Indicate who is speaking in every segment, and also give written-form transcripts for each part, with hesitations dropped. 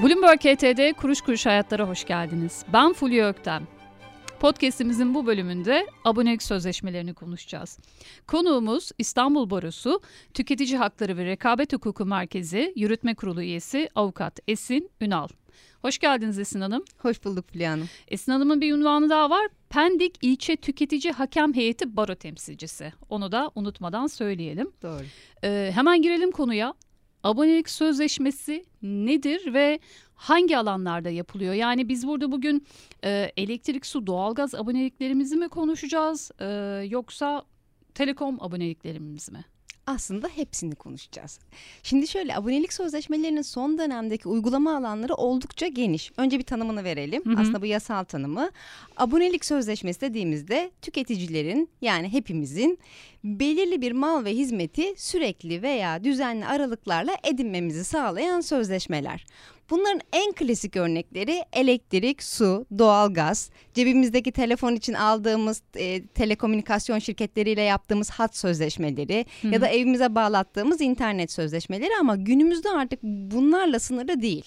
Speaker 1: Bloomberg HT'de Kuruş Kuruş Hayatlara hoş geldiniz. Ben Fulya Öktem. Podcast'imizin bu bölümünde abonelik sözleşmelerini konuşacağız. Konuğumuz İstanbul Barosu Tüketici Hakları ve Rekabet Hukuku Merkezi Yürütme Kurulu üyesi Avukat Esin Ünal. Hoş geldiniz Esin Hanım.
Speaker 2: Hoş bulduk Fulya Hanım.
Speaker 1: Esin Hanım'ın bir unvanı daha var. Pendik İlçe Tüketici Hakem Heyeti Baro Temsilcisi. Onu da unutmadan söyleyelim.
Speaker 2: Doğru.
Speaker 1: Hemen girelim konuya. Abonelik sözleşmesi nedir ve hangi alanlarda yapılıyor? Yani biz burada bugün elektrik, su, doğalgaz aboneliklerimizi mi konuşacağız yoksa telekom aboneliklerimiz mi?
Speaker 2: Aslında hepsini konuşacağız. Şimdi şöyle, abonelik sözleşmelerinin son dönemdeki uygulama alanları oldukça geniş. Önce bir tanımını verelim. Aslında bu yasal tanımı. Abonelik sözleşmesi dediğimizde tüketicilerin, yani hepimizin belirli bir mal ve hizmeti sürekli veya düzenli aralıklarla edinmemizi sağlayan sözleşmeler. Bunların en klasik örnekleri elektrik, su, doğalgaz, cebimizdeki telefon için aldığımız telekomünikasyon şirketleriyle yaptığımız hat sözleşmeleri ya da evimize bağlattığımız internet sözleşmeleri, ama günümüzde artık bunlarla sınırlı değil.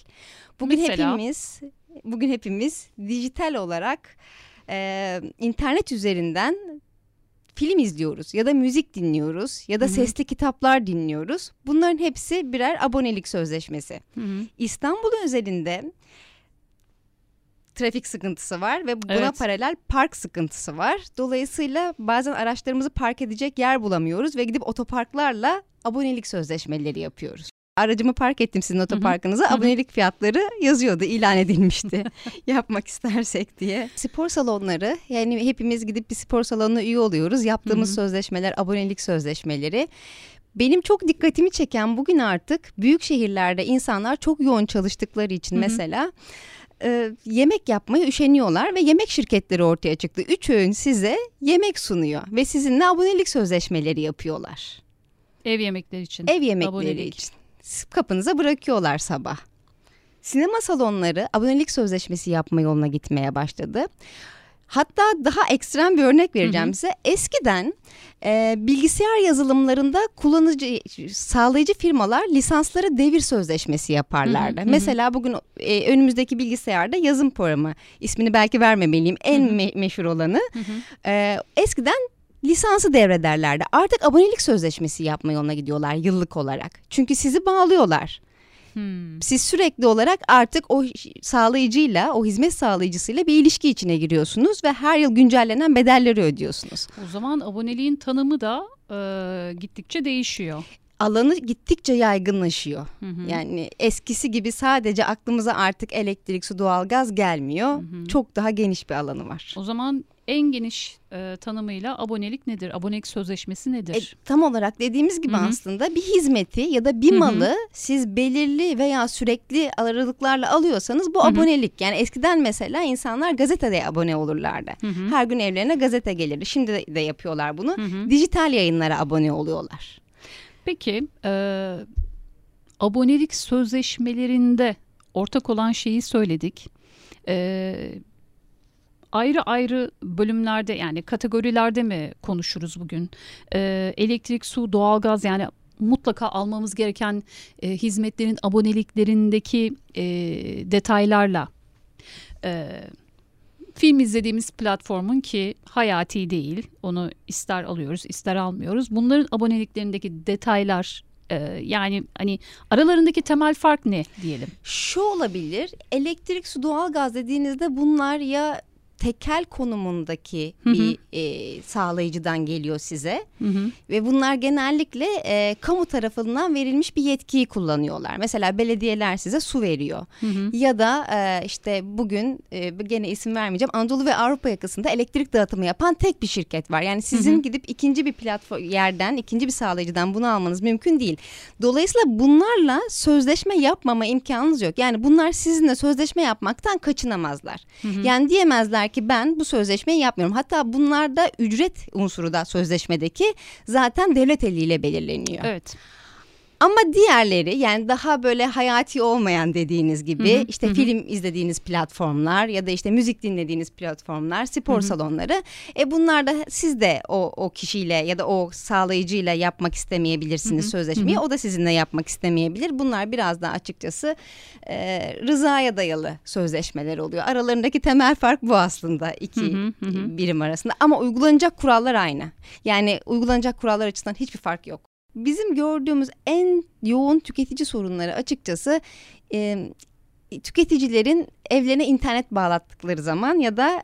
Speaker 2: Bugün hepimiz dijital olarak internet üzerinden film izliyoruz ya da müzik dinliyoruz ya da sesli kitaplar dinliyoruz. Bunların hepsi birer abonelik sözleşmesi. İstanbul özelinde trafik sıkıntısı var ve buna paralel park sıkıntısı var. Dolayısıyla bazen araçlarımızı park edecek yer bulamıyoruz ve gidip otoparklarla abonelik sözleşmeleri yapıyoruz. Aracımı park ettim sizin otoparkınıza. Abonelik fiyatları yazıyordu, ilan edilmişti yapmak istersek diye. Spor salonları, yani hepimiz gidip bir spor salonuna üye oluyoruz. Yaptığımız sözleşmeler abonelik sözleşmeleri. Benim çok dikkatimi çeken, bugün artık büyük şehirlerde insanlar çok yoğun çalıştıkları için mesela yemek yapmaya üşeniyorlar ve yemek şirketleri ortaya çıktı. 3 öğün size yemek sunuyor ve sizinle abonelik sözleşmeleri yapıyorlar.
Speaker 1: Ev yemekleri için.
Speaker 2: Ev yemekleri için. Kapınıza bırakıyorlar sabah. Sinema salonları abonelik sözleşmesi yapma yoluna gitmeye başladı. Hatta daha ekstrem bir örnek vereceğim size. Eskiden bilgisayar yazılımlarında sağlayıcı firmalar lisansları devir sözleşmesi yaparlardı. Mesela bugün önümüzdeki bilgisayarda yazım programı, ismini belki vermemeliyim, en meşhur olanı. Eskiden lisansı devrederlerdi. Artık abonelik sözleşmesi yapma yoluna gidiyorlar yıllık olarak. Çünkü sizi bağlıyorlar. Siz sürekli olarak artık o sağlayıcıyla, o hizmet sağlayıcısıyla bir ilişki içine giriyorsunuz ve her yıl güncellenen bedelleri ödüyorsunuz.
Speaker 1: O zaman aboneliğin tanımı da gittikçe değişiyor.
Speaker 2: Alanı gittikçe yaygınlaşıyor. Yani eskisi gibi sadece aklımıza artık elektrik, su, doğalgaz gelmiyor. Çok daha geniş bir alanı var.
Speaker 1: O zaman en geniş tanımıyla abonelik nedir? Abonelik sözleşmesi nedir?
Speaker 2: Tam olarak dediğimiz gibi aslında bir hizmeti ya da bir malı siz belirli veya sürekli aralıklarla alıyorsanız bu abonelik. Yani eskiden mesela insanlar gazetede abone olurlardı. Her gün evlerine gazete gelirdi. Şimdi de yapıyorlar bunu. Dijital yayınlara abone oluyorlar.
Speaker 1: Peki abonelik sözleşmelerinde ortak olan şeyi söyledik. Ayrı ayrı bölümlerde, yani kategorilerde mi konuşuruz bugün? Elektrik, su, doğalgaz, yani mutlaka almamız gereken hizmetlerin aboneliklerindeki detaylarla. Film izlediğimiz platformun, ki hayati değil, onu ister alıyoruz ister almıyoruz. Bunların aboneliklerindeki detaylar, yani hani aralarındaki temel fark ne diyelim?
Speaker 2: Şu olabilir, elektrik, su, doğalgaz dediğinizde bunlar ya tekel konumundaki bir sağlayıcıdan geliyor size ve bunlar genellikle kamu tarafından verilmiş bir yetkiyi kullanıyorlar. Mesela belediyeler size su veriyor ya da işte bugün gene isim vermeyeceğim, Anadolu ve Avrupa yakasında elektrik dağıtımı yapan tek bir şirket var. Yani sizin gidip ikinci bir platform yerden, ikinci bir sağlayıcıdan bunu almanız mümkün değil. Dolayısıyla bunlarla sözleşme yapmama imkanınız yok. Yani bunlar sizinle sözleşme yapmaktan kaçınamazlar. Yani diyemezler ki ben bu sözleşmeyi yapmıyorum. Hatta bunlarda ücret unsuru da sözleşmedeki zaten devlet eliyle belirleniyor.
Speaker 1: Evet.
Speaker 2: Ama diğerleri, yani daha böyle hayati olmayan dediğiniz gibi, işte film izlediğiniz platformlar ya da işte müzik dinlediğiniz platformlar, spor salonları. Bunlar da siz de o kişiyle ya da o sağlayıcıyla yapmak istemeyebilirsiniz sözleşmeyi. O da sizinle yapmak istemeyebilir. Bunlar biraz daha açıkçası rızaya dayalı sözleşmeler oluyor. Aralarındaki temel fark bu aslında iki birim arasında. Ama uygulanacak kurallar aynı. Yani uygulanacak kurallar açısından hiçbir fark yok. Bizim gördüğümüz en yoğun tüketici sorunları açıkçası tüketicilerin evlerine internet bağlattıkları zaman ya da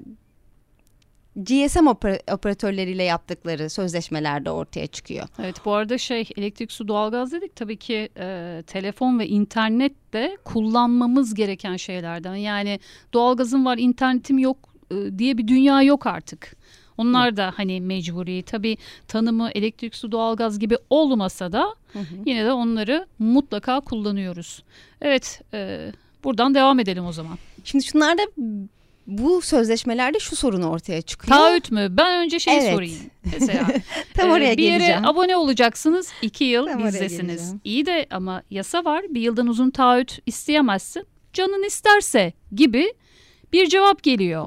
Speaker 2: GSM operatörleriyle yaptıkları sözleşmelerde ortaya çıkıyor.
Speaker 1: Evet, bu arada elektrik, su, doğalgaz dedik. Tabii ki telefon ve internet de kullanmamız gereken şeylerden. Yani doğalgazım var, internetim yok diye bir dünya yok artık. Onlar da hani mecburi. Tabii tanımı elektrik, su, doğalgaz gibi olmasa da yine de onları mutlaka kullanıyoruz. Evet, buradan devam edelim o zaman.
Speaker 2: Şimdi şunlarda, bu sözleşmelerde şu sorun ortaya çıkıyor.
Speaker 1: Taahhüt mü? Ben önce sorayım mesela.
Speaker 2: Tam oraya
Speaker 1: bir yere
Speaker 2: geleceğim.
Speaker 1: abone olacaksınız, 2 yıl
Speaker 2: Tam
Speaker 1: bizdesiniz. İyi de ama yasa var, bir yıldan uzun taahhüt isteyemezsin. Canın isterse gibi bir cevap geliyor.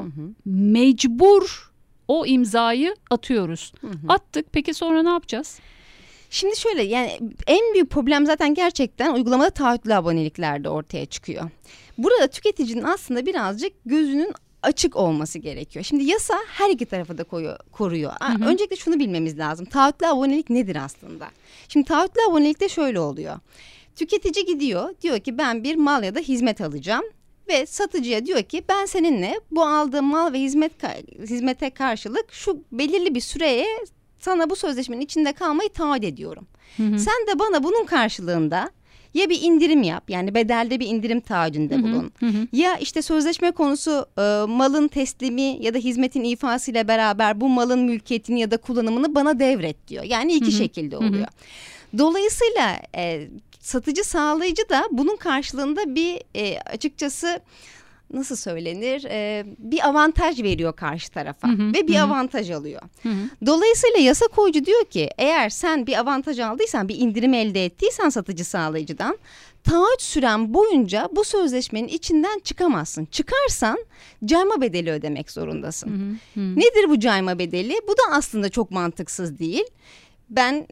Speaker 1: Mecbur o imzayı atıyoruz. Attık, peki sonra ne yapacağız?
Speaker 2: Şimdi şöyle, yani en büyük problem zaten gerçekten uygulamada taahhütlü aboneliklerde ortaya çıkıyor. Burada tüketicinin aslında birazcık gözünün açık olması gerekiyor. Şimdi yasa her iki tarafı da koruyor. Öncelikle şunu bilmemiz lazım. Taahhütlü abonelik nedir aslında? Şimdi taahhütlü abonelikte şöyle oluyor. Tüketici gidiyor, diyor ki ben bir mal ya da hizmet alacağım. Ve satıcıya diyor ki ben seninle bu aldığım mal ve hizmete karşılık şu belirli bir süreye sana bu sözleşmenin içinde kalmayı taahhüt ediyorum. Sen de bana bunun karşılığında ya bir indirim yap, yani bedelde bir indirim taahhüdünde bulun. Ya işte sözleşme konusu malın teslimi ya da hizmetin ifasıyla beraber bu malın mülkiyetini ya da kullanımını bana devret diyor. Yani iki şekilde oluyor. Dolayısıyla satıcı sağlayıcı da bunun karşılığında bir açıkçası nasıl söylenir, bir avantaj veriyor karşı tarafa ve bir avantaj alıyor. Dolayısıyla yasa koyucu diyor ki eğer sen bir avantaj aldıysan, bir indirim elde ettiysen satıcı sağlayıcıdan, taahhüt süren boyunca bu sözleşmenin içinden çıkamazsın. Çıkarsan cayma bedeli ödemek zorundasın. Nedir bu cayma bedeli? Bu da aslında çok mantıksız değil. Ben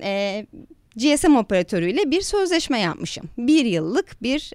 Speaker 2: GSM operatörüyle bir sözleşme yapmışım. 1 yıllık bir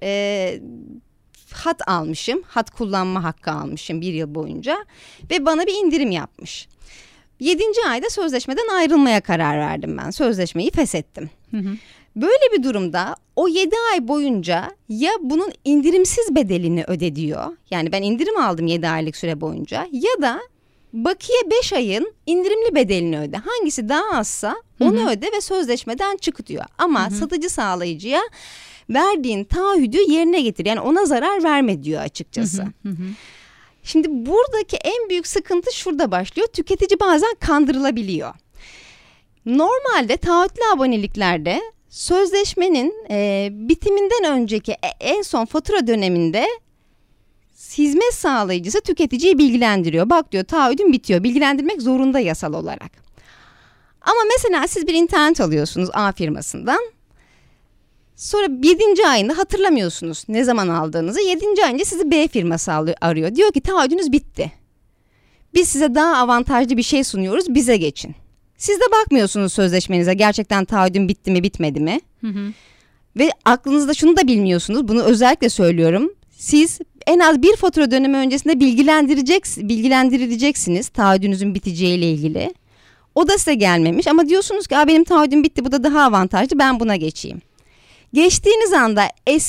Speaker 2: hat almışım. Hat kullanma hakkı almışım 1 yıl boyunca. Ve bana bir indirim yapmış. 7. ayda sözleşmeden ayrılmaya karar verdim ben. Sözleşmeyi feshettim. Böyle bir durumda o 7 ay boyunca ya bunun indirimsiz bedelini öde diyor. Yani ben indirim aldım 7 aylık süre boyunca. Ya da bakiye 5 ayın indirimli bedelini öde. Hangisi daha azsa onu öde ve sözleşmeden çık diyor. Ama satıcı sağlayıcıya verdiğin taahhüdü yerine getir. Yani ona zarar verme diyor açıkçası. Şimdi buradaki en büyük sıkıntı şurada başlıyor. Tüketici bazen kandırılabiliyor. Normalde taahhütlü aboneliklerde sözleşmenin bitiminden önceki en son fatura döneminde hizmet sağlayıcısı tüketiciyi bilgilendiriyor. Bak diyor, taahhüdün bitiyor. Bilgilendirmek zorunda yasal olarak. Ama mesela siz bir internet alıyorsunuz A firmasından. Sonra 7. ayında hatırlamıyorsunuz ne zaman aldığınızı. 7. ayında sizi B firması arıyor. Diyor ki taahhüdünüz bitti. Biz size daha avantajlı bir şey sunuyoruz, bize geçin. Siz de bakmıyorsunuz sözleşmenize, gerçekten taahhüdün bitti mi bitmedi mi? Ve aklınızda şunu da bilmiyorsunuz, bunu özellikle söylüyorum. Siz en az bir fatura dönemi öncesinde bilgilendirileceksiniz taahhüdünüzün biteceğiyle ilgili. O da size gelmemiş ama diyorsunuz ki benim taahhüdüm bitti, bu da daha avantajlı, ben buna geçeyim. Geçtiğiniz anda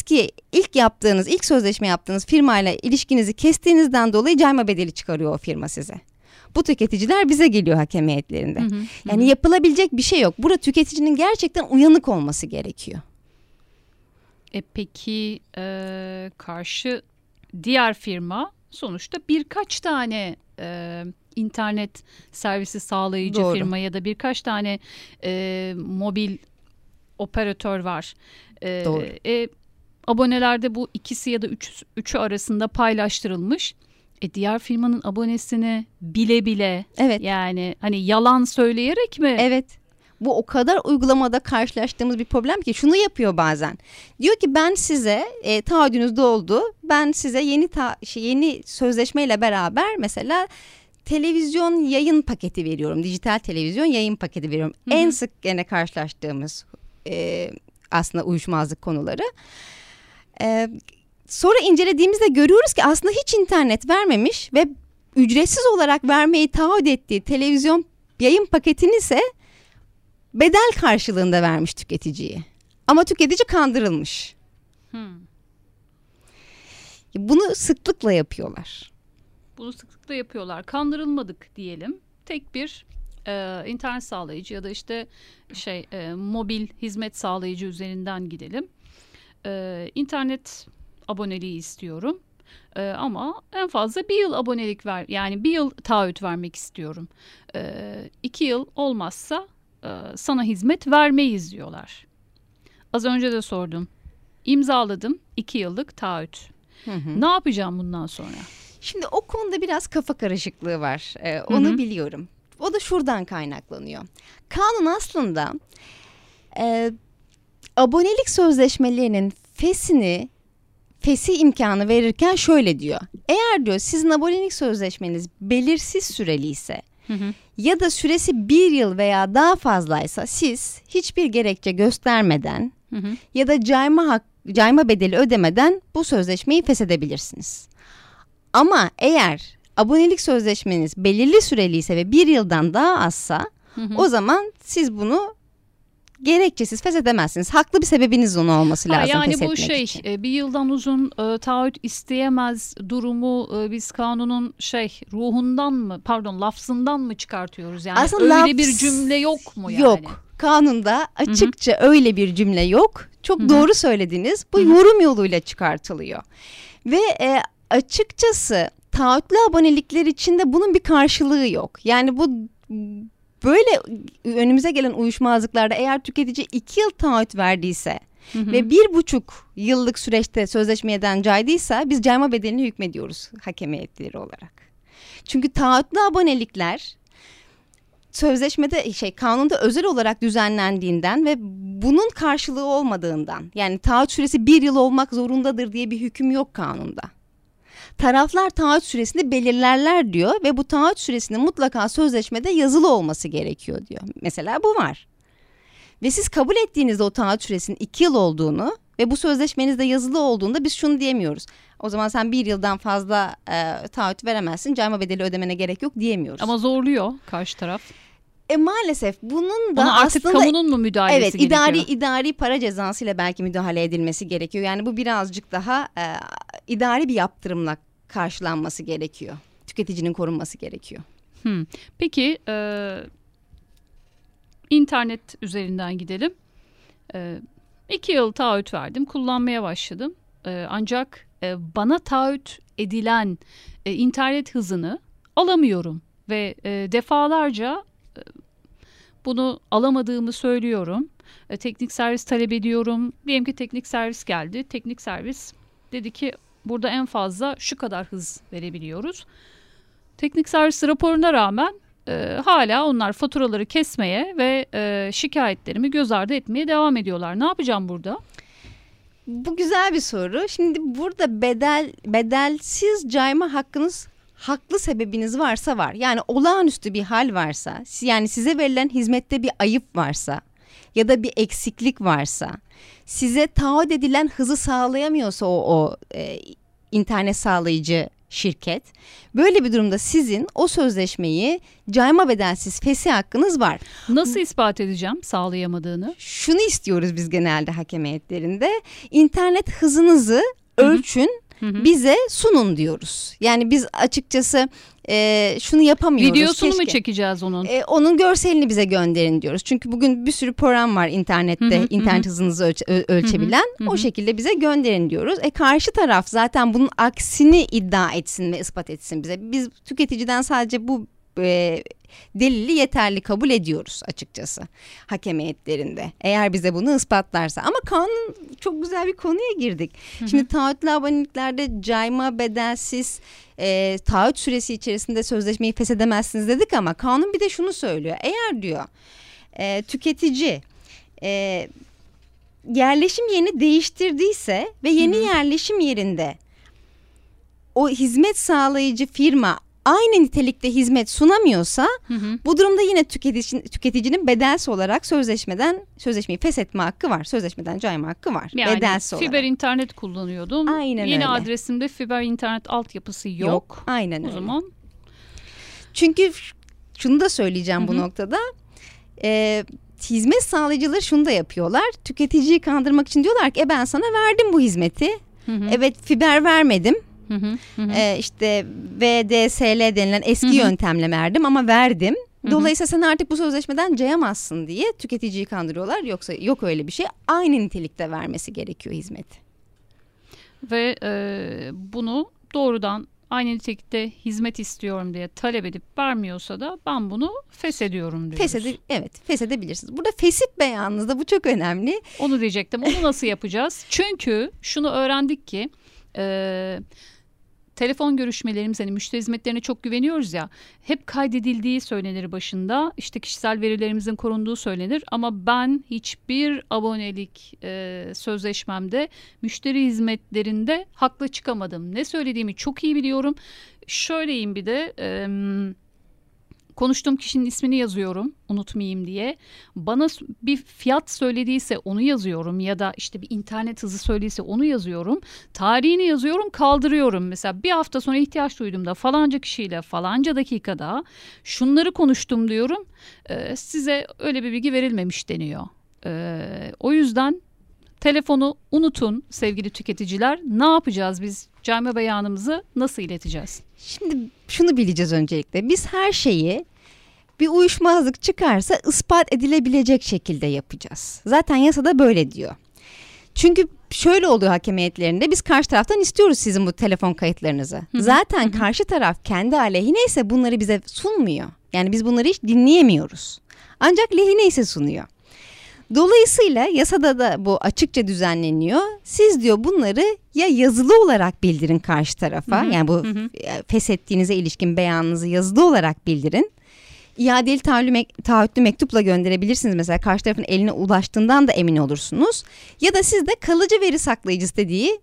Speaker 2: ilk sözleşme yaptığınız firmayla ilişkinizi kestiğinizden dolayı cayma bedeli çıkarıyor o firma size. Bu tüketiciler bize geliyor hakem heyetlerinde. Yani yapılabilecek bir şey yok. Burada tüketicinin gerçekten uyanık olması gerekiyor.
Speaker 1: Peki karşı diğer firma sonuçta birkaç tane internet servisi sağlayıcı firma ya da birkaç tane mobil operatör var.
Speaker 2: Doğru.
Speaker 1: Abonelerde bu ikisi ya da üçü arasında paylaştırılmış. Diğer firmanın abonesini bile
Speaker 2: evet.
Speaker 1: Yani hani yalan söyleyerek mi?
Speaker 2: Evet. Bu o kadar uygulamada karşılaştığımız bir problem ki şunu yapıyor bazen. Diyor ki ben size taahhüdünüz doldu. Ben size yeni sözleşmeyle beraber mesela televizyon yayın paketi veriyorum. Dijital televizyon yayın paketi veriyorum. Hı hı. En sık gene karşılaştığımız aslında uyuşmazlık konuları. Sonra incelediğimizde görüyoruz ki aslında hiç internet vermemiş ve ücretsiz olarak vermeyi taahhüt ettiği televizyon yayın paketini ise bedel karşılığında vermiş tüketiciye. Ama tüketici kandırılmış. Bunu sıklıkla yapıyorlar.
Speaker 1: Kandırılmadık diyelim. Tek bir internet sağlayıcı ya da işte mobil hizmet sağlayıcı üzerinden gidelim. İnternet aboneliği istiyorum. Ama en fazla bir yıl abonelik yani bir yıl taahhüt vermek istiyorum. 2 yıl olmazsa sana hizmet vermeyiz diyorlar. Az önce de sordum. İmzaladım 2 yıllık taahhüt. Ne yapacağım bundan sonra?
Speaker 2: Şimdi o konuda biraz kafa karışıklığı var. Onu biliyorum. O da şuradan kaynaklanıyor. Kanun aslında abonelik sözleşmelerinin fesi imkanı verirken şöyle diyor. Eğer diyor sizin abonelik sözleşmeniz belirsiz süreliyse ya da süresi 1 yıl veya daha fazlaysa siz hiçbir gerekçe göstermeden ya da cayma bedeli ödemeden bu sözleşmeyi feshedebilirsiniz. Ama eğer abonelik sözleşmeniz belirli süreliyse ve 1 yıldan daha azsa o zaman siz bunu gerekçesiz feshedemezsiniz. Haklı bir sebebiniz onun olması lazım feshetmek için.
Speaker 1: Yani bu bir yıldan uzun taahhüt isteyemez durumu biz kanunun ruhundan mı lafzından mı çıkartıyoruz? Yani
Speaker 2: aslında
Speaker 1: öyle bir cümle yok mu yani?
Speaker 2: Yok. Kanunda açıkça öyle bir cümle yok. Çok doğru söylediniz. Bu yorum yoluyla çıkartılıyor. Ve açıkçası taahhütlü abonelikler içinde bunun bir karşılığı yok. Yani bu böyle önümüze gelen uyuşmazlıklarda eğer tüketici 2 yıl taahhüt verdiyse ve 1,5 yıllık süreçte sözleşmeden caydıysa biz cayma bedelini hükmediyoruz hakem heyetleri olarak. Çünkü taahhütlü abonelikler sözleşmede kanunda özel olarak düzenlendiğinden ve bunun karşılığı olmadığından, yani taahhüt süresi 1 yıl olmak zorundadır diye bir hüküm yok kanunda. Taraflar taahhüt süresini belirlerler diyor ve bu taahhüt süresinin mutlaka sözleşmede yazılı olması gerekiyor diyor. Mesela bu var. Ve siz kabul ettiğinizde o taahhüt süresinin 2 yıl olduğunu ve bu sözleşmenizde yazılı olduğunda biz şunu diyemiyoruz. O zaman sen 1 yıldan fazla taahhüt veremezsin, cayma bedeli ödemene gerek yok diyemiyoruz.
Speaker 1: Ama zorluyor karşı taraf.
Speaker 2: Maalesef bunun da
Speaker 1: ona artık
Speaker 2: aslında
Speaker 1: kamunun mu müdahalesi gerekiyor?
Speaker 2: Evet, idari para cezası ile belki müdahale edilmesi gerekiyor. Yani bu birazcık daha idari bir yaptırımla karşılanması gerekiyor. Tüketicinin korunması gerekiyor.
Speaker 1: Peki internet üzerinden gidelim. 2 yıl taahhüt verdim, kullanmaya başladım. Ancak bana taahhüt edilen internet hızını alamıyorum ve defalarca bunu alamadığımı söylüyorum. Teknik servis talep ediyorum. Diyelim ki teknik servis geldi. Teknik servis dedi ki burada en fazla şu kadar hız verebiliyoruz. Teknik servis raporuna rağmen hala onlar faturaları kesmeye ve şikayetlerimi göz ardı etmeye devam ediyorlar. Ne yapacağım burada?
Speaker 2: Bu güzel bir soru. Şimdi burada bedelsiz cayma hakkınız, haklı sebebiniz varsa var. Yani olağanüstü bir hal varsa, yani size verilen hizmette bir ayıp varsa ya da bir eksiklik varsa, size taahhüt edilen hızı sağlayamıyorsa o internet sağlayıcı şirket, böyle bir durumda sizin o sözleşmeyi cayma bedelsiz fesih hakkınız var.
Speaker 1: Nasıl ispat edeceğim sağlayamadığını?
Speaker 2: Şunu istiyoruz biz genelde hakem heyetlerinde. İnternet hızınızı ölçün, bize sunun diyoruz. Yani biz açıkçası şunu yapamıyoruz.
Speaker 1: Videosunu mu çekeceğiz onun?
Speaker 2: Onun görselini bize gönderin diyoruz. Çünkü bugün bir sürü program var internette, internet hızınızı ölçebilen. O şekilde bize gönderin diyoruz. Karşı taraf zaten bunun aksini iddia etsin ve ispat etsin bize. Biz tüketiciden sadece bu delili yeterli kabul ediyoruz açıkçası hakem heyetlerinde. Eğer bize bunu ispatlarsa. Ama kanun, çok güzel bir konuya girdik. Şimdi taahhütlü aboneliklerde cayma bedelsiz taahhüt süresi içerisinde sözleşmeyi feshedemezsiniz dedik ama kanun bir de şunu söylüyor. Eğer diyor tüketici yerleşim yerini değiştirdiyse ve yeni yerleşim yerinde o hizmet sağlayıcı firma aynı nitelikte hizmet sunamıyorsa bu durumda yine tüketicinin bedelsi olarak sözleşmeyi feshetme hakkı var. Sözleşmeden cayma hakkı var.
Speaker 1: Yani
Speaker 2: bedelsi
Speaker 1: fiber
Speaker 2: olarak.
Speaker 1: internet kullanıyordum.
Speaker 2: Aynen
Speaker 1: yeni
Speaker 2: öyle.
Speaker 1: adresimde fiber internet altyapısı yok.
Speaker 2: Aynen öyle.
Speaker 1: O zaman
Speaker 2: çünkü şunu da söyleyeceğim bu noktada. Hizmet sağlayıcıları şunu da yapıyorlar. Tüketiciyi kandırmak için diyorlar ki ben sana verdim bu hizmeti. Evet, fiber vermedim. İşte VDSL denilen eski yöntemle verdim ama verdim. Dolayısıyla sen artık bu sözleşmeden cayamazsın diye tüketiciyi kandırıyorlar. Yoksa yok öyle bir şey. Aynı nitelikte vermesi gerekiyor hizmeti.
Speaker 1: Ve bunu doğrudan aynı nitelikte hizmet istiyorum diye talep edip vermiyorsa da ben bunu feshediyorum diyoruz.
Speaker 2: Feshedebilirsiniz. Burada fesih beyanınızda bu çok önemli.
Speaker 1: Onu diyecektim. Onu nasıl yapacağız? Çünkü şunu öğrendik ki telefon görüşmelerimiz, hani müşteri hizmetlerine çok güveniyoruz ya, hep kaydedildiği söylenir başında, işte kişisel verilerimizin korunduğu söylenir ama ben hiçbir abonelik sözleşmemde müşteri hizmetlerinde haklı çıkamadım. Ne söylediğimi çok iyi biliyorum. Şöyleyim, bir de konuştuğum kişinin ismini yazıyorum unutmayayım diye. Bana bir fiyat söylediyse onu yazıyorum ya da işte bir internet hızı söylediyse onu yazıyorum. Tarihini yazıyorum, kaldırıyorum. Mesela bir hafta sonra ihtiyaç duyduğumda falanca kişiyle falanca dakikada şunları konuştum diyorum. Size öyle bir bilgi verilmemiş deniyor. O yüzden telefonu unutun sevgili tüketiciler. Ne yapacağız biz? Cayma beyanımızı nasıl ileteceğiz?
Speaker 2: Şimdi şunu bileceğiz öncelikle. Biz her şeyi bir uyuşmazlık çıkarsa ispat edilebilecek şekilde yapacağız. Zaten yasada böyle diyor. Çünkü şöyle oluyor hakem heyetlerinde, biz karşı taraftan istiyoruz sizin bu telefon kayıtlarınızı. Zaten karşı taraf kendi aleyhineyse bunları bize sunmuyor. Yani biz bunları hiç dinleyemiyoruz. Ancak lehineyse sunuyor. Dolayısıyla yasada da bu açıkça düzenleniyor. Siz diyor bunları ya yazılı olarak bildirin karşı tarafa. Yani bu feshettiğinize ilişkin beyanınızı yazılı olarak bildirin. İadeli taahhütlü mektupla gönderebilirsiniz. Mesela karşı tarafın eline ulaştığından da emin olursunuz. Ya da siz de kalıcı veri saklayıcısı dediği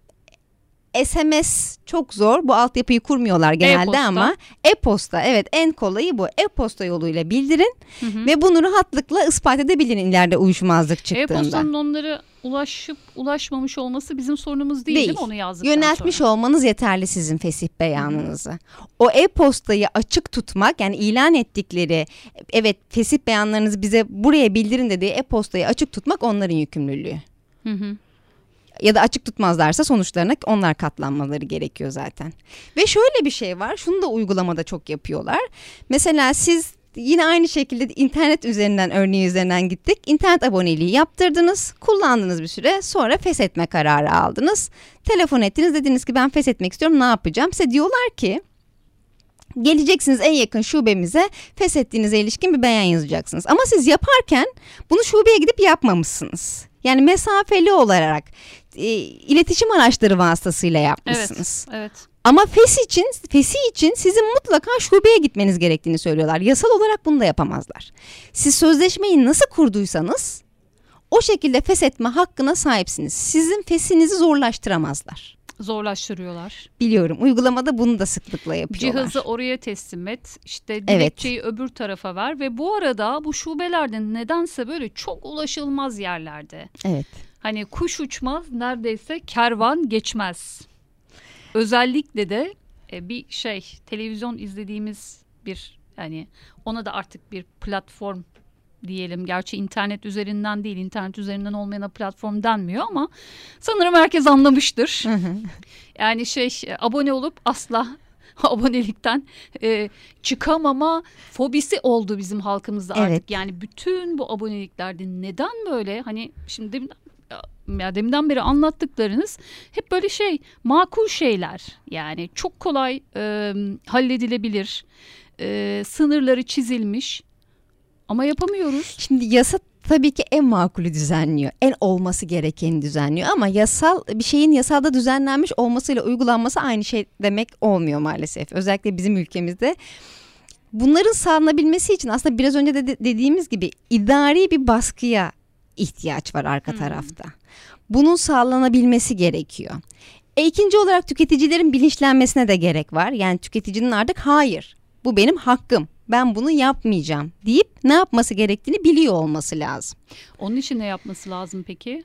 Speaker 2: SMS çok zor. Bu altyapıyı kurmuyorlar genelde
Speaker 1: E-posta.
Speaker 2: ama e-posta, evet, en kolayı bu. E-posta yoluyla bildirin ve bunu rahatlıkla ispat edebilin ileride uyuşmazlık çıktığında.
Speaker 1: E-postanın onlara ulaşıp ulaşmamış olması bizim sorunumuz değil mi onu yazdıktan
Speaker 2: Yöneltmiş
Speaker 1: sonra?
Speaker 2: olmanız yeterli sizin fesih beyanınızı. O e-postayı açık tutmak, yani ilan ettikleri, evet, fesih beyanlarınızı bize buraya bildirin dediği e-postayı açık tutmak onların yükümlülüğü. Ya da açık tutmazlarsa sonuçlarına onlar katlanmaları gerekiyor zaten. Ve şöyle bir şey var, şunu da uygulamada çok yapıyorlar. Mesela siz yine aynı şekilde internet üzerinden, örneği üzerinden gittik. İnternet aboneliği yaptırdınız, kullandınız bir süre, sonra feshetme kararı aldınız. Telefon ettiniz, dediniz ki ben feshetmek istiyorum, ne yapacağım? Size diyorlar ki geleceksiniz en yakın şubemize, feshettiğinize ilişkin bir beyan yazacaksınız. Ama siz yaparken bunu şubeye gidip yapmamışsınız. Yani mesafeli olarak iletişim araçları vasıtasıyla yapmışsınız.
Speaker 1: Evet.
Speaker 2: Ama fesih için sizin mutlaka şubeye gitmeniz gerektiğini söylüyorlar. Yasal olarak bunu da yapamazlar. Siz sözleşmeyi nasıl kurduysanız o şekilde feshetme hakkına sahipsiniz. Sizin fesihinizi zorlaştıramazlar.
Speaker 1: Zorlaştırıyorlar.
Speaker 2: Biliyorum. Uygulamada bunu da sıklıkla yapıyorlar.
Speaker 1: Cihazı oraya teslim et. İşte dilekçeyi öbür tarafa ver ve bu arada bu şubelerde nedense böyle çok ulaşılmaz yerlerde.
Speaker 2: Evet.
Speaker 1: Hani kuş uçmaz, neredeyse kervan geçmez. Özellikle de bir televizyon izlediğimiz bir, yani ona da artık bir platform diyelim. Gerçi internet üzerinden değil, internet üzerinden olmayana platform denmiyor ama sanırım herkes anlamıştır. Yani abone olup asla abonelikten çıkamama fobisi oldu bizim halkımızda artık.
Speaker 2: Evet.
Speaker 1: Yani bütün bu aboneliklerde neden böyle, hani şimdi deminden beri anlattıklarınız hep böyle makul şeyler. Yani çok kolay halledilebilir, sınırları çizilmiş ama yapamıyoruz.
Speaker 2: Şimdi yasa tabii ki en makulü düzenliyor. En olması gerekeni düzenliyor ama bir şeyin yasalda düzenlenmiş olmasıyla uygulanması aynı şey demek olmuyor maalesef. Özellikle bizim ülkemizde bunların sağlanabilmesi için aslında biraz önce de dediğimiz gibi idari bir baskıya ihtiyaç var arka tarafta. Bunun sağlanabilmesi gerekiyor. İkinci olarak tüketicilerin bilinçlenmesine de gerek var. Yani tüketicinin artık hayır, bu benim hakkım, ben bunu yapmayacağım deyip ne yapması gerektiğini biliyor olması lazım.
Speaker 1: Onun için ne yapması lazım peki?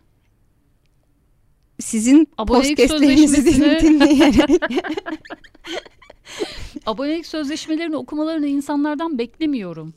Speaker 2: Sizin
Speaker 1: abonelik
Speaker 2: podcastlerinizi dinleyerek.
Speaker 1: Abonelik sözleşmelerini okumalarını insanlardan beklemiyorum.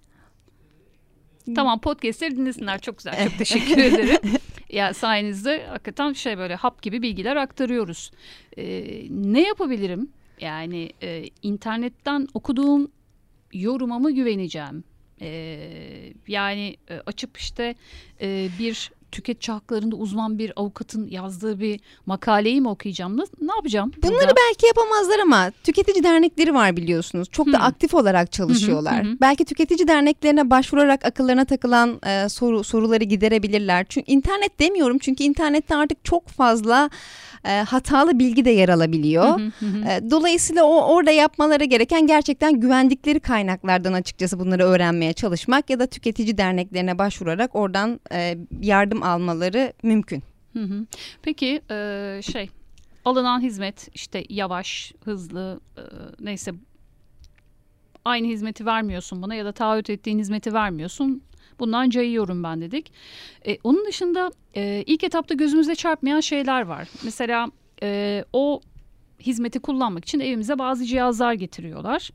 Speaker 1: Tamam, podcastleri dinlesinler, çok güzel, çok teşekkür ederim. Ya sayenizde hakikaten böyle hap gibi bilgiler aktarıyoruz. Ne yapabilirim? Yani internetten okuduğum yoruma mı güveneceğim? Yani açıp bir tüketici haklarında uzman bir avukatın yazdığı bir makaleyi mi okuyacağım? Ne yapacağım?
Speaker 2: Bunları belki yapamazlar ama tüketici dernekleri var biliyorsunuz. Çok da aktif olarak çalışıyorlar. Belki tüketici derneklerine başvurarak akıllarına takılan soruları giderebilirler. Çünkü internet demiyorum, çünkü internette artık çok fazla hatalı bilgi de yer alabiliyor. Dolayısıyla orada yapmaları gereken gerçekten güvendikleri kaynaklardan açıkçası bunları öğrenmeye çalışmak ya da tüketici derneklerine başvurarak oradan yardım almaları mümkün.
Speaker 1: Peki alınan hizmet yavaş, hızlı, neyse aynı hizmeti vermiyorsun bana ya da taahhüt ettiğin hizmeti vermiyorsun. Bundan cayıyorum ben dedik. Onun dışında ilk etapta gözümüze çarpmayan şeyler var. Mesela o hizmeti kullanmak için evimize bazı cihazlar getiriyorlar.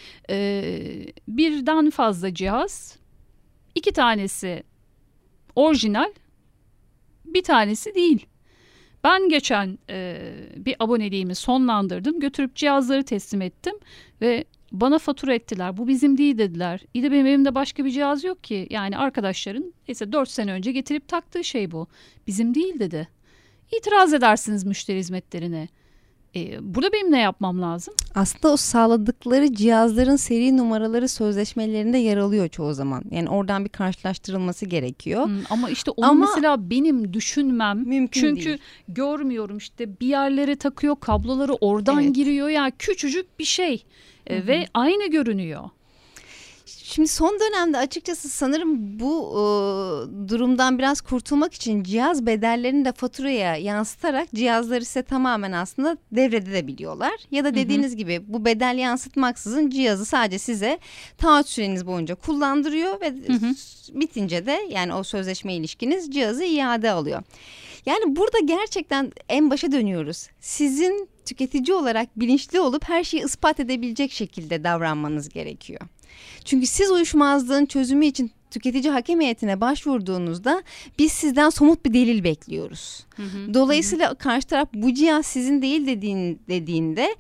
Speaker 1: Birden fazla cihaz, 2 tanesi orijinal, bir tanesi değil. Ben geçen bir aboneliğimi sonlandırdım. Götürüp cihazları teslim ettim ve bana fatura ettiler. Bu bizim değil dediler. İyi de benim evimde başka bir cihaz yok ki. Yani arkadaşların 4 sene önce getirip taktığı şey bu. Bizim değil dedi. İtiraz edersiniz müşteri hizmetlerine. Burada benim ne yapmam lazım?
Speaker 2: Aslında o sağladıkları cihazların seri numaraları sözleşmelerinde yer alıyor çoğu zaman. Yani oradan bir karşılaştırılması gerekiyor.
Speaker 1: Ama onu mesela benim düşünmem
Speaker 2: mümkün
Speaker 1: çünkü
Speaker 2: değil.
Speaker 1: Görmüyorum, bir yerlere takıyor kabloları, oradan giriyor ya, küçücük bir şey ve aynı görünüyor.
Speaker 2: Şimdi son dönemde açıkçası sanırım bu durumdan biraz kurtulmak için cihaz bedellerini de faturaya yansıtarak cihazları size tamamen aslında devredebiliyorlar. Ya da dediğiniz gibi bu bedel yansıtmaksızın cihazı sadece size taahhüt süreniz boyunca kullandırıyor ve bitince de yani o sözleşme ilişkiniz cihazı iade alıyor. Yani burada gerçekten en başa dönüyoruz. Sizin tüketici olarak bilinçli olup her şeyi ispat edebilecek şekilde davranmanız gerekiyor. Çünkü siz uyuşmazlığın çözümü için tüketici hakem heyetine başvurduğunuzda biz sizden somut bir delil bekliyoruz. Dolayısıyla karşı taraf bu cihaz sizin değil dediğinde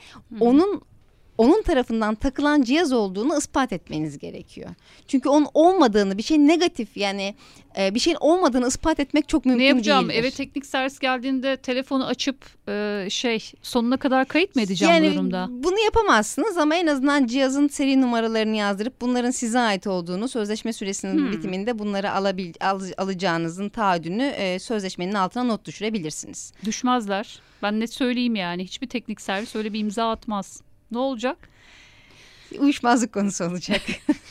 Speaker 2: onun tarafından takılan cihaz olduğunu ispat etmeniz gerekiyor. Çünkü onun olmadığını, bir şey negatif yani bir şeyin olmadığını ispat etmek çok mümkün değildir. Ne yapacağım?
Speaker 1: Eve teknik servis geldiğinde telefonu açıp sonuna kadar kayıt mı edeceğim bu durumda?
Speaker 2: Bunu yapamazsınız ama en azından cihazın seri numaralarını yazdırıp bunların size ait olduğunu, sözleşme süresinin bitiminde bunları alacağınızın taahhüdünü sözleşmenin altına not düşürebilirsiniz.
Speaker 1: Düşmezler. Ben net söyleyeyim yani. Hiçbir teknik servis öyle bir imza atmaz. Ne olacak?
Speaker 2: Uyuşmazlık konusu olacak.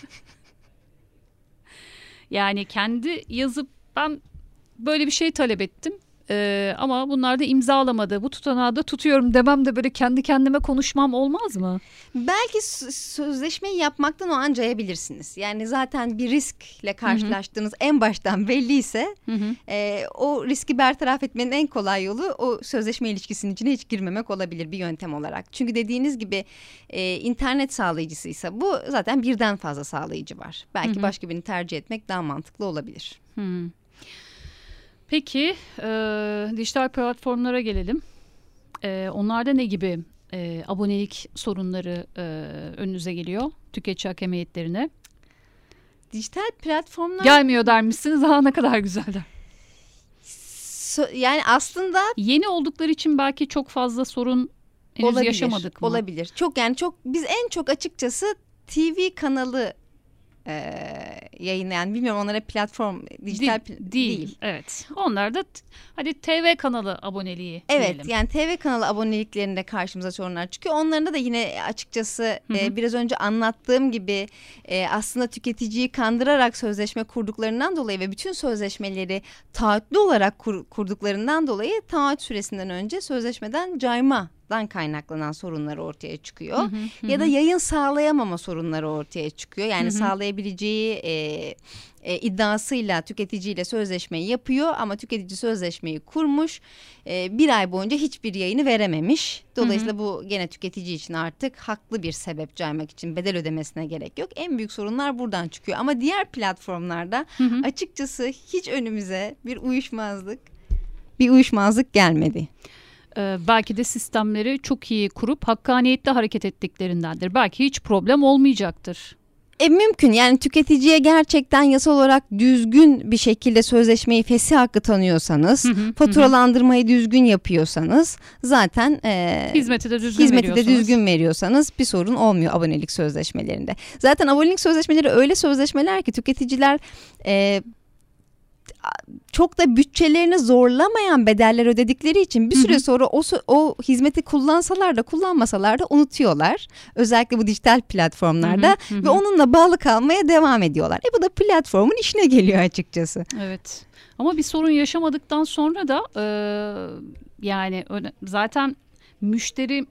Speaker 1: Yani kendi yazıp ben böyle bir şey talep ettim. Ama bunlar da imzalamadı. Bu tutanağı da tutuyorum demem de böyle kendi kendime konuşmam olmaz mı?
Speaker 2: Belki sözleşmeyi yapmaktan o an cayabilirsiniz. Yani zaten bir riskle karşılaştığınız en baştan belliyse o riski bertaraf etmenin en kolay yolu o sözleşme ilişkisinin içine hiç girmemek olabilir bir yöntem olarak. Çünkü dediğiniz gibi internet sağlayıcısıysa bu zaten birden fazla sağlayıcı var. Belki başka birini tercih etmek daha mantıklı olabilir.
Speaker 1: Peki dijital platformlara gelelim. Onlarda ne gibi abonelik sorunları önünüze geliyor tüketici hakem heyetlerine?
Speaker 2: Dijital platformlar...
Speaker 1: Gelmiyor dermişsiniz, ne kadar güzeller.
Speaker 2: Yani aslında...
Speaker 1: Yeni oldukları için belki çok fazla sorun henüz yaşamadık mı?
Speaker 2: Olabilir. Biz en çok açıkçası TV kanalı yayınlayan, bilmiyorum, onlara platform, dijital değil.
Speaker 1: Evet. Onlar da hadi TV kanalı aboneliği
Speaker 2: evet
Speaker 1: diyelim.
Speaker 2: yani TV kanalı aboneliklerinde karşımıza sorunlar çıkıyor. Onlarında da yine açıkçası biraz önce anlattığım gibi aslında tüketiciyi kandırarak sözleşme kurduklarından dolayı ve bütün sözleşmeleri taahhütlü olarak kurduklarından dolayı taahhüt süresinden önce sözleşmeden caymadan kaynaklanan sorunlar ortaya çıkıyor. Ya da yayın sağlayamama sorunları ortaya çıkıyor. Yani sağlayabileceği iddiasıyla tüketiciyle sözleşmeyi yapıyor ama tüketici sözleşmeyi kurmuş, bir ay boyunca hiçbir yayını verememiş. Dolayısıyla bu gene tüketici için artık haklı bir sebep, caymak için bedel ödemesine gerek yok. En büyük sorunlar buradan çıkıyor ama diğer platformlarda açıkçası hiç önümüze bir uyuşmazlık gelmedi.
Speaker 1: Belki de sistemleri çok iyi kurup hakkaniyetli hareket ettiklerindendir. Belki hiç problem olmayacaktır.
Speaker 2: Mümkün, yani tüketiciye gerçekten yasal olarak düzgün bir şekilde sözleşmeyi fesih hakkı tanıyorsanız, faturalandırmayı düzgün yapıyorsanız, zaten
Speaker 1: hizmeti de
Speaker 2: düzgün veriyorsanız bir sorun olmuyor abonelik sözleşmelerinde. Zaten abonelik sözleşmeleri öyle sözleşmeler ki tüketiciler çok da bütçelerini zorlamayan bedeller ödedikleri için bir süre sonra o hizmeti kullansalar da kullanmasalar da unutuyorlar. Özellikle bu dijital platformlarda ve onunla bağlı kalmaya devam ediyorlar. Bu da platformun işine geliyor açıkçası.
Speaker 1: Evet. Ama bir sorun yaşamadıktan sonra da yani zaten müşteri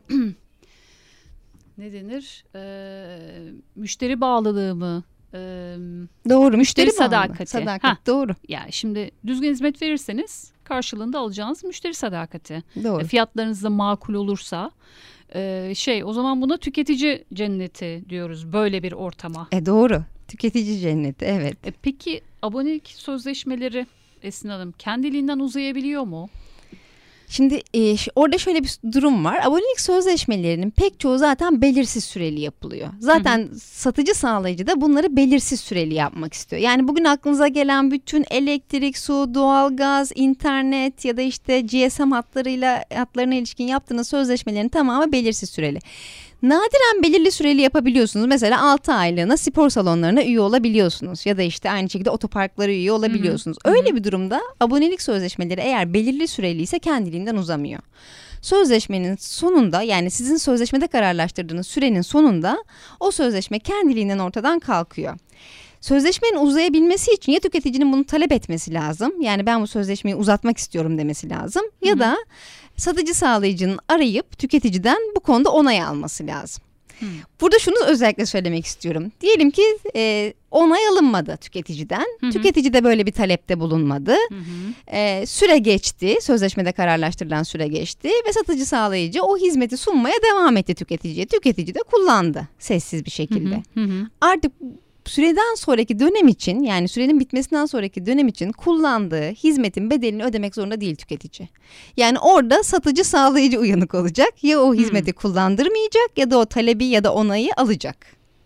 Speaker 1: ne denir? Müşteri bağlılığı mı?
Speaker 2: Doğru,
Speaker 1: müşteri sadakati.
Speaker 2: Sadakat, doğru.
Speaker 1: Yani şimdi düzgün hizmet verirseniz karşılığında alacağınız müşteri sadakati.
Speaker 2: Doğru.
Speaker 1: Fiyatlarınız da makul olursa o zaman buna tüketici cenneti diyoruz böyle bir ortama.
Speaker 2: Doğru. Tüketici cenneti, evet.
Speaker 1: Peki abonelik sözleşmeleri Esin Hanım kendiliğinden uzayabiliyor mu?
Speaker 2: Şimdi orada şöyle bir durum var. Abonelik sözleşmelerinin pek çoğu zaten belirsiz süreli yapılıyor. Zaten satıcı sağlayıcı da bunları belirsiz süreli yapmak istiyor. Yani bugün aklınıza gelen bütün elektrik, su, doğalgaz, internet ya da işte GSM hatlarına ilişkin yaptığınız sözleşmelerin tamamı belirsiz süreli. Nadiren belirli süreli yapabiliyorsunuz. Mesela 6 aylığına spor salonlarına üye olabiliyorsunuz. Ya da işte aynı şekilde otoparklara üye olabiliyorsunuz. Öyle bir durumda abonelik sözleşmeleri eğer belirli süreli ise kendiliğinden uzamıyor. Sözleşmenin sonunda, yani sizin sözleşmede kararlaştırdığınız sürenin sonunda o sözleşme kendiliğinden ortadan kalkıyor. Sözleşmenin uzayabilmesi için ya tüketicinin bunu talep etmesi lazım. Yani ben bu sözleşmeyi uzatmak istiyorum demesi lazım. Ya da satıcı sağlayıcının arayıp tüketiciden bu konuda onay alması lazım. Burada şunu özellikle söylemek istiyorum. Diyelim ki onay alınmadı tüketiciden. Tüketici de böyle bir talepte bulunmadı. Süre geçti. Sözleşmede kararlaştırılan süre geçti. Ve satıcı sağlayıcı o hizmeti sunmaya devam etti tüketiciye. Tüketici de kullandı sessiz bir şekilde. Artık süreden sonraki dönem için, yani sürenin bitmesinden sonraki dönem için kullandığı hizmetin bedelini ödemek zorunda değil tüketici. Yani orada satıcı sağlayıcı uyanık olacak. Ya o hizmeti kullandırmayacak ya da o talebi ya da onayı alacak.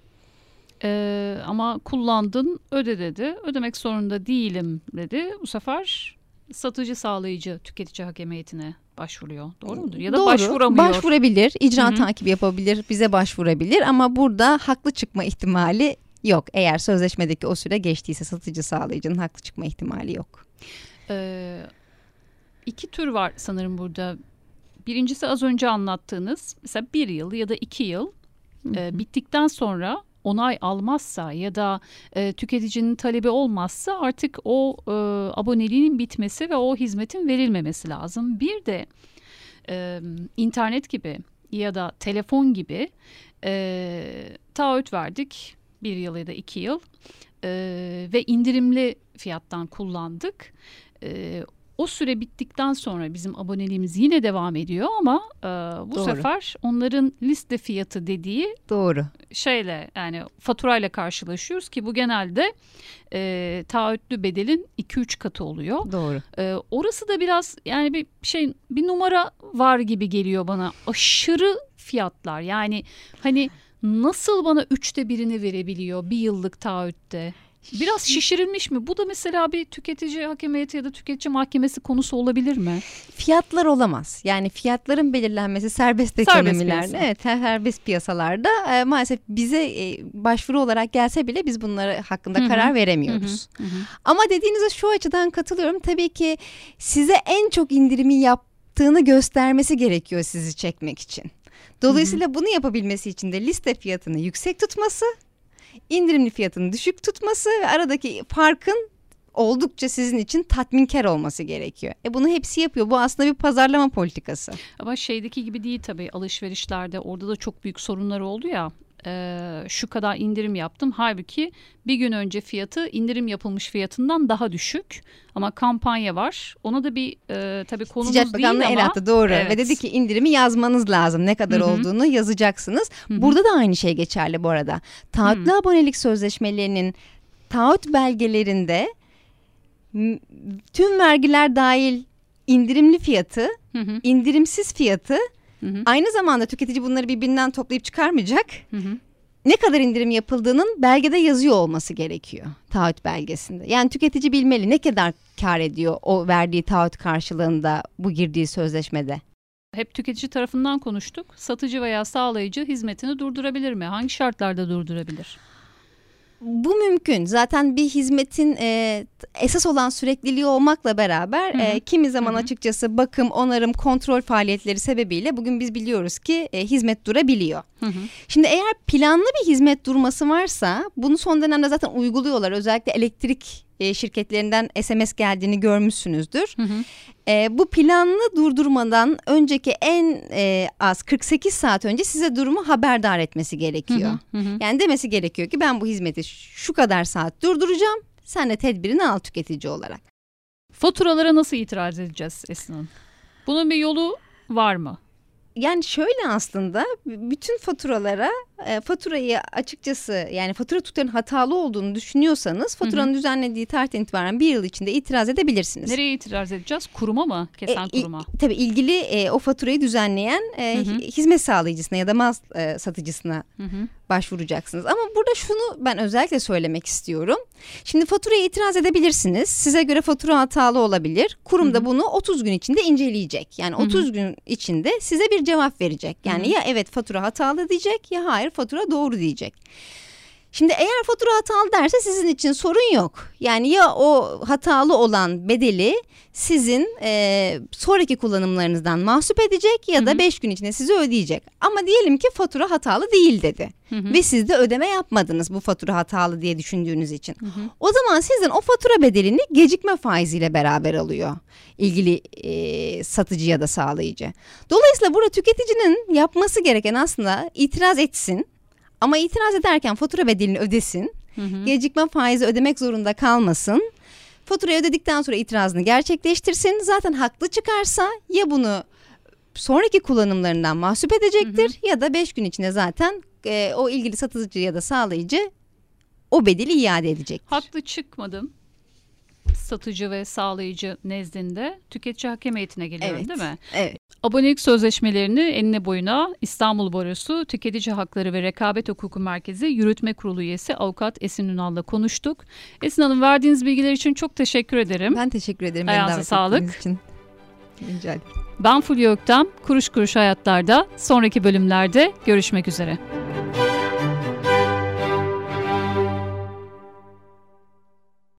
Speaker 1: Ama kullandın, öde dedi. Ödemek zorunda değilim dedi. Bu sefer satıcı sağlayıcı tüketici hakemiyetine başvuruyor. Doğru mudur? Ya da
Speaker 2: doğru,
Speaker 1: başvuramıyor.
Speaker 2: Başvurabilir, icra takibi yapabilir, bize başvurabilir ama burada haklı çıkma ihtimali yok. Eğer sözleşmedeki o süre geçtiyse satıcı sağlayıcının haklı çıkma ihtimali yok.
Speaker 1: İki tür var sanırım burada. Birincisi az önce anlattığınız, mesela 1 yıl ya da 2 yıl bittikten sonra onay almazsa ya da tüketicinin talebi olmazsa artık o aboneliğin bitmesi ve o hizmetin verilmemesi lazım. Bir de internet gibi ya da telefon gibi taahhüt verdik. 1 yıl ya da 2 yıl ve indirimli fiyattan kullandık. O süre bittikten sonra bizim aboneliğimiz yine devam ediyor ama bu sefer onların liste fiyatı dediği şeyle, yani faturayla karşılaşıyoruz ki bu genelde taahhütlü bedelin 2-3 katı oluyor.
Speaker 2: Doğru.
Speaker 1: Orası da biraz yani bir numara var gibi geliyor bana. Aşırı fiyatlar, yani hani nasıl bana 1/3'ünü verebiliyor 1 yıllık taahhütte? Biraz şişirilmiş mi? Bu da mesela bir tüketici hakemiyeti ya da tüketici mahkemesi konusu olabilir mi?
Speaker 2: Fiyatlar olamaz. Yani fiyatların belirlenmesi serbest ekonomilerde, evet, serbest piyasalarda maalesef bize başvuru olarak gelse bile biz bunları hakkında karar veremiyoruz. Ama dediğinize şu açıdan katılıyorum. Tabii ki size en çok indirimi yaptığını göstermesi gerekiyor sizi çekmek için. Dolayısıyla bunu yapabilmesi için de liste fiyatını yüksek tutması, indirimli fiyatını düşük tutması ve aradaki farkın oldukça sizin için tatminkar olması gerekiyor. Bunu hepsi yapıyor. Bu aslında bir pazarlama politikası.
Speaker 1: Ama şeydeki gibi değil tabii, alışverişlerde orada da çok büyük sorunlar oldu ya. Şu kadar indirim yaptım. Halbuki bir gün önce fiyatı indirim yapılmış fiyatından daha düşük. Ama kampanya var. Ona da bir tabii konumuz
Speaker 2: Ticaret
Speaker 1: değil
Speaker 2: Bakanlığı
Speaker 1: ama.
Speaker 2: el attı, doğru.
Speaker 1: Evet.
Speaker 2: Ve dedi ki indirimi yazmanız lazım. Ne kadar olduğunu yazacaksınız. Burada da aynı şey geçerli bu arada. Taahhütlü abonelik sözleşmelerinin taahhüt belgelerinde tüm vergiler dahil indirimli fiyatı, indirimsiz fiyatı, aynı zamanda tüketici bunları birbirinden toplayıp çıkarmayacak. Ne kadar indirim yapıldığının belgede yazıyor olması gerekiyor taahhüt belgesinde. Yani tüketici bilmeli ne kadar kar ediyor o verdiği taahhüt karşılığında bu girdiği sözleşmede.
Speaker 1: Hep tüketici tarafından konuştuk. Satıcı veya sağlayıcı hizmetini durdurabilir mi? Hangi şartlarda durdurabilir?
Speaker 2: Bu mümkün. Zaten bir hizmetin esas olan sürekliliği olmakla beraber kimi zaman açıkçası bakım, onarım, kontrol faaliyetleri sebebiyle bugün biz biliyoruz ki hizmet durabiliyor. Şimdi eğer planlı bir hizmet durması varsa bunu son dönemde zaten uyguluyorlar. Özellikle elektrik şirketlerinden SMS geldiğini görmüşsünüzdür. Bu planlı durdurmadan önceki en az 48 saat önce size durumu haberdar etmesi gerekiyor. Yani demesi gerekiyor ki ben bu hizmeti şu kadar saat durduracağım. Sen de tedbirini al tüketici olarak.
Speaker 1: Faturalara nasıl itiraz edeceğiz Esin Hanım? Bunun bir yolu var mı?
Speaker 2: Yani şöyle aslında bütün faturalara faturayı açıkçası yani fatura tutarının hatalı olduğunu düşünüyorsanız faturanın düzenlediği tarihten itibaren bir yıl içinde itiraz edebilirsiniz.
Speaker 1: Nereye itiraz edeceğiz? Kuruma mı? Kesen kuruma.
Speaker 2: Tabii ilgili o faturayı düzenleyen hizmet sağlayıcısına ya da mal satıcısına başvuracaksınız. Ama burada şunu ben özellikle söylemek istiyorum. Şimdi faturaya itiraz edebilirsiniz. Size göre fatura hatalı olabilir. Kurum da bunu 30 gün içinde inceleyecek. Yani 30 gün içinde size bir cevap verecek. Yani ya evet fatura hatalı diyecek ya hayır fatura doğru diyecek. Şimdi eğer fatura hatalı derse sizin için sorun yok. Yani ya o hatalı olan bedeli sizin sonraki kullanımlarınızdan mahsup edecek ya da 5 gün içinde size ödeyecek. Ama diyelim ki fatura hatalı değil dedi. Ve siz de ödeme yapmadınız bu fatura hatalı diye düşündüğünüz için. O zaman sizin o fatura bedelini gecikme faiziyle beraber alıyor ilgili satıcı ya da sağlayıcı. Dolayısıyla burada tüketicinin yapması gereken aslında itiraz etsin. Ama itiraz ederken fatura bedelini ödesin. Gecikme faizi ödemek zorunda kalmasın. Faturayı ödedikten sonra itirazını gerçekleştirsin. Zaten haklı çıkarsa ya bunu sonraki kullanımlarından mahsup edecektir ya da 5 gün içinde zaten o ilgili satıcı ya da sağlayıcı o bedeli iade edecektir.
Speaker 1: Haklı çıkmadım. Satıcı ve sağlayıcı nezdinde tüketici hakem heyetine geliyorum, değil mi?
Speaker 2: Evet.
Speaker 1: Abonelik sözleşmelerini enine boyuna İstanbul Barosu Tüketici Hakları ve Rekabet Hukuku Merkezi Yürütme Kurulu üyesi Avukat Esin Ünal'la konuştuk. Esin Hanım, verdiğiniz bilgiler için çok teşekkür ederim.
Speaker 2: Ben teşekkür ederim.
Speaker 1: Ayağınıza sağlık.
Speaker 2: Için. Rica ederim.
Speaker 1: Ben Fulya Öktem. Kuruş Kuruş Hayatlar'da sonraki bölümlerde görüşmek üzere.